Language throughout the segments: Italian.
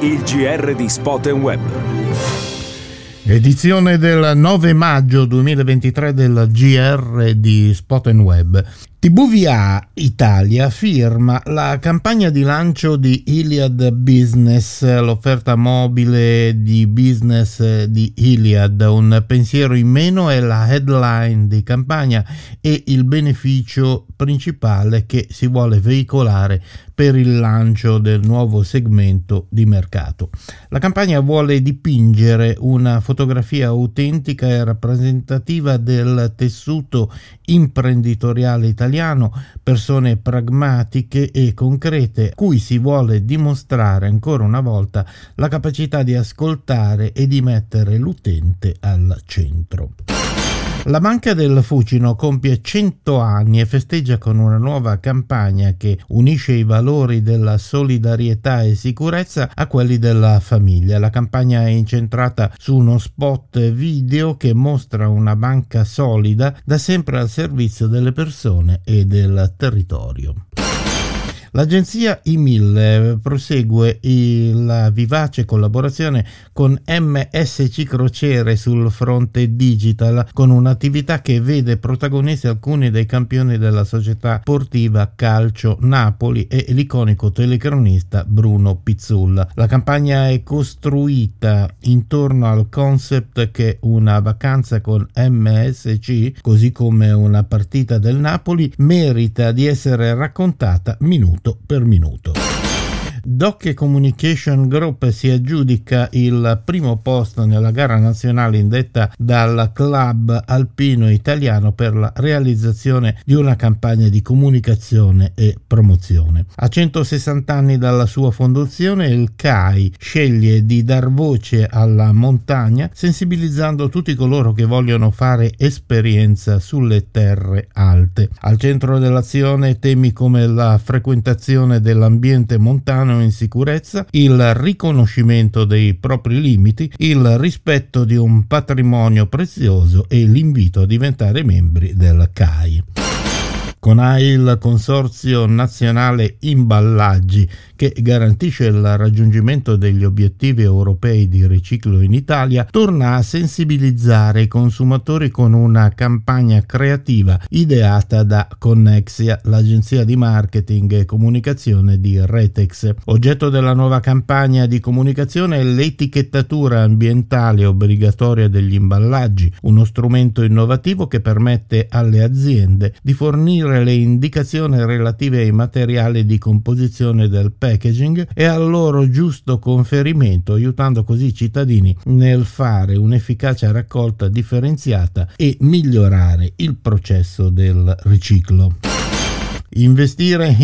il GR di Spot & Web. Edizione del 9 maggio 2023 del GR di Spot & Web. TBVA Italia firma la campagna di lancio di Iliad Business, l'offerta mobile di business di Iliad. Un pensiero in meno è la headline di campagna e il beneficio principale che si vuole veicolare per il lancio del nuovo segmento di mercato. La campagna vuole dipingere una fotografia autentica e rappresentativa del tessuto imprenditoriale italiano, persone pragmatiche e concrete, cui si vuole dimostrare ancora una volta la capacità di ascoltare e di mettere l'utente al centro. La Banca del Fucino compie 100 anni e festeggia con una nuova campagna che unisce i valori della solidarietà e sicurezza a quelli della famiglia. La campagna è incentrata su uno spot video che mostra una banca solida da sempre al servizio delle persone e del territorio. L'agenzia I1000 prosegue la vivace collaborazione con MSC Crociere sul fronte digital, con un'attività che vede protagonisti alcuni dei campioni della società sportiva Calcio Napoli e l'iconico telecronista Bruno Pizzulla. La campagna è costruita intorno al concept che una vacanza con MSC, così come una partita del Napoli, merita di essere raccontata minuto per minuto. Doc Communication Group si aggiudica il primo posto nella gara nazionale indetta dal Club Alpino Italiano per la realizzazione di una campagna di comunicazione e promozione. A 160 anni dalla sua fondazione, il CAI sceglie di dar voce alla montagna, sensibilizzando tutti coloro che vogliono fare esperienza sulle terre alte. Al centro dell'azione temi come la frequentazione dell'ambiente montano in sicurezza, il riconoscimento dei propri limiti, il rispetto di un patrimonio prezioso e l'invito a diventare membri del CAI. CONAI, il Consorzio Nazionale Imballaggi, che garantisce il raggiungimento degli obiettivi europei di riciclo in Italia, torna a sensibilizzare i consumatori con una campagna creativa ideata da Connexia, l'agenzia di marketing e comunicazione di Retex. Oggetto della nuova campagna di comunicazione è l'etichettatura ambientale obbligatoria degli imballaggi, uno strumento innovativo che permette alle aziende di fornire le indicazioni relative ai materiali di composizione del packaging e al loro giusto conferimento, aiutando così i cittadini nel fare un'efficace raccolta differenziata e migliorare il processo del riciclo. Investire in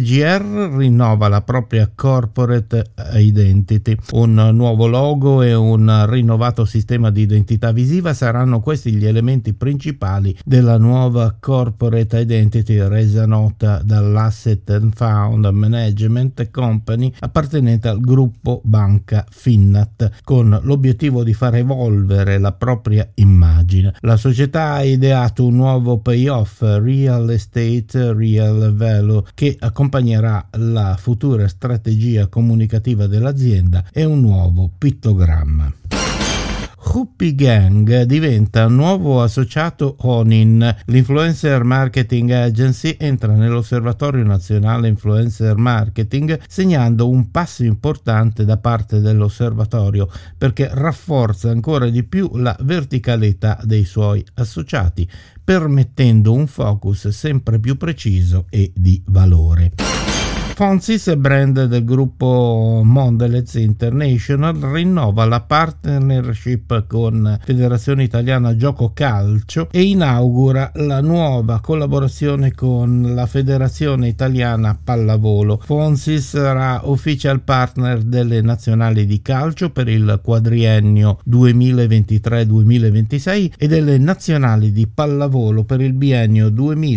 SGR rinnova la propria corporate identity. Un nuovo logo e un rinnovato sistema di identità visiva saranno questi gli elementi principali della nuova corporate identity resa nota dall'Asset and Fund Management Company appartenente al gruppo Banca Finnat, con l'obiettivo di far evolvere la propria immagine. La società ha ideato un nuovo payoff, Real Estate Real Value, che accompagnerà la futura strategia comunicativa dell'azienda e un nuovo pittogramma. Hoopy Gang diventa nuovo associato Onin. L'influencer marketing agency entra nell'Osservatorio Nazionale Influencer Marketing, segnando un passo importante da parte dell'osservatorio perché rafforza ancora di più la verticalità dei suoi associati, permettendo un focus sempre più preciso e di valore. Fonsis, brand del gruppo Mondelez International, rinnova la partnership con Federazione Italiana Gioco Calcio e inaugura la nuova collaborazione con la Federazione Italiana Pallavolo. Fonsis sarà official partner delle nazionali di calcio per il quadriennio 2023-2026 e delle nazionali di pallavolo per il biennio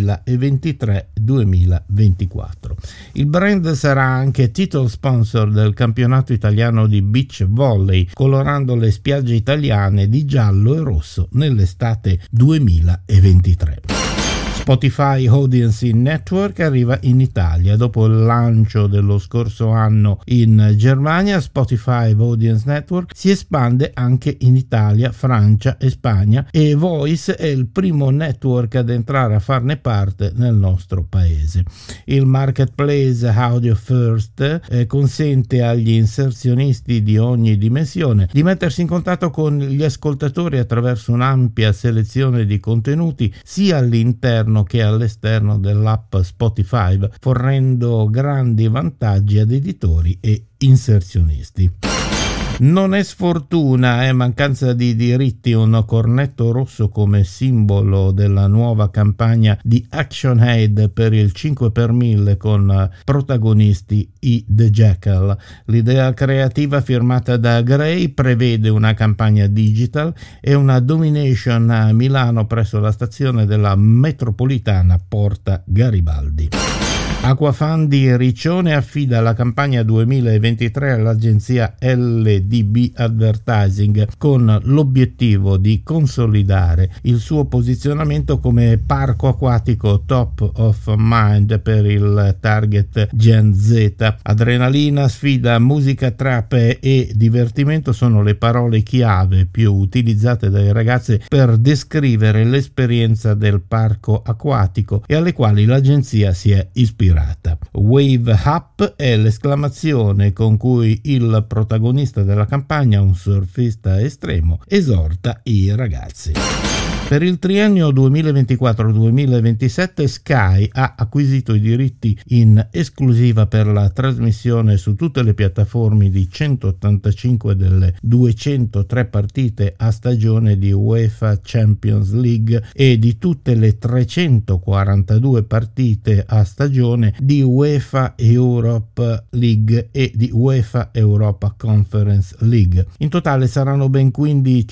2023-2024. Il brand sarà anche title sponsor del campionato italiano di beach volley, colorando le spiagge italiane di giallo e rosso nell'estate 2023. Spotify Audience Network arriva in Italia. Dopo il lancio dello scorso anno in Germania, Spotify Audience Network si espande anche in Italia, Francia e Spagna, e Voice è il primo network ad entrare a farne parte nel nostro paese. Il marketplace Audio First consente agli inserzionisti di ogni dimensione di mettersi in contatto con gli ascoltatori attraverso un'ampia selezione di contenuti sia all'interno che all'esterno dell'app Spotify, fornendo grandi vantaggi ad editori e inserzionisti. Non è sfortuna, è mancanza di diritti un cornetto rosso come simbolo della nuova campagna di ActionAid per il 5 per 1000 con protagonisti i The Jackal. L'idea creativa firmata da Gray prevede una campagna digital e una domination a Milano presso la stazione della metropolitana Porta Garibaldi. Acquafandi Riccione affida la campagna 2023 all'agenzia LDB Advertising con l'obiettivo di consolidare il suo posizionamento come parco acquatico top of mind per il target Gen Z. Adrenalina, sfida, musica, trap e divertimento sono le parole chiave più utilizzate dai ragazzi per descrivere l'esperienza del parco acquatico e alle quali l'agenzia si è ispirata. Wave Up è l'esclamazione con cui il protagonista della campagna, un surfista estremo, esorta i ragazzi. Per il triennio 2024-2027 Sky ha acquisito i diritti in esclusiva per la trasmissione su tutte le piattaforme di 185 delle 203 partite a stagione di UEFA Champions League e di tutte le 342 partite a stagione di UEFA Europe League e di UEFA Europa Conference League. In totale saranno ben quindi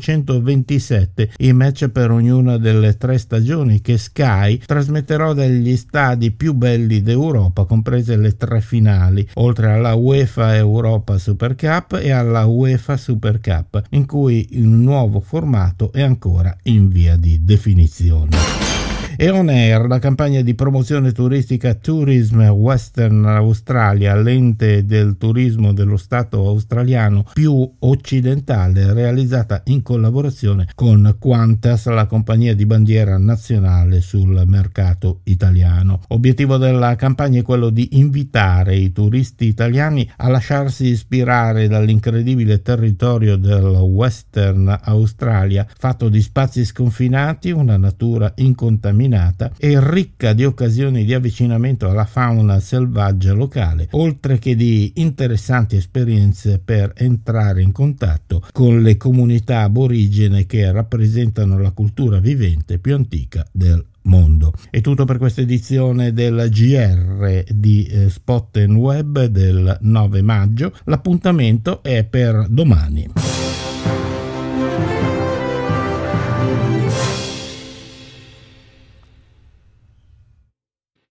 527 i match per ognuna delle 3 stagioni che Sky trasmetterà dagli stadi più belli d'Europa, comprese le 3 finali, oltre alla UEFA Europa Super Cup e alla UEFA Super Cup, in cui il nuovo formato è ancora in via di definizione. E On Air, la campagna di promozione turistica Tourism Western Australia, l'ente del turismo dello Stato australiano più occidentale, realizzata in collaborazione con Qantas, la compagnia di bandiera nazionale sul mercato italiano. Obiettivo della campagna è quello di invitare i turisti italiani a lasciarsi ispirare dall'incredibile territorio del Western Australia, fatto di spazi sconfinati, una natura incontaminata e ricca di occasioni di avvicinamento alla fauna selvaggia locale, oltre che di interessanti esperienze per entrare in contatto con le comunità aborigene che rappresentano la cultura vivente più antica del mondo. È tutto per questa edizione del GR di Spot and Web del 9 maggio. L'appuntamento è per domani.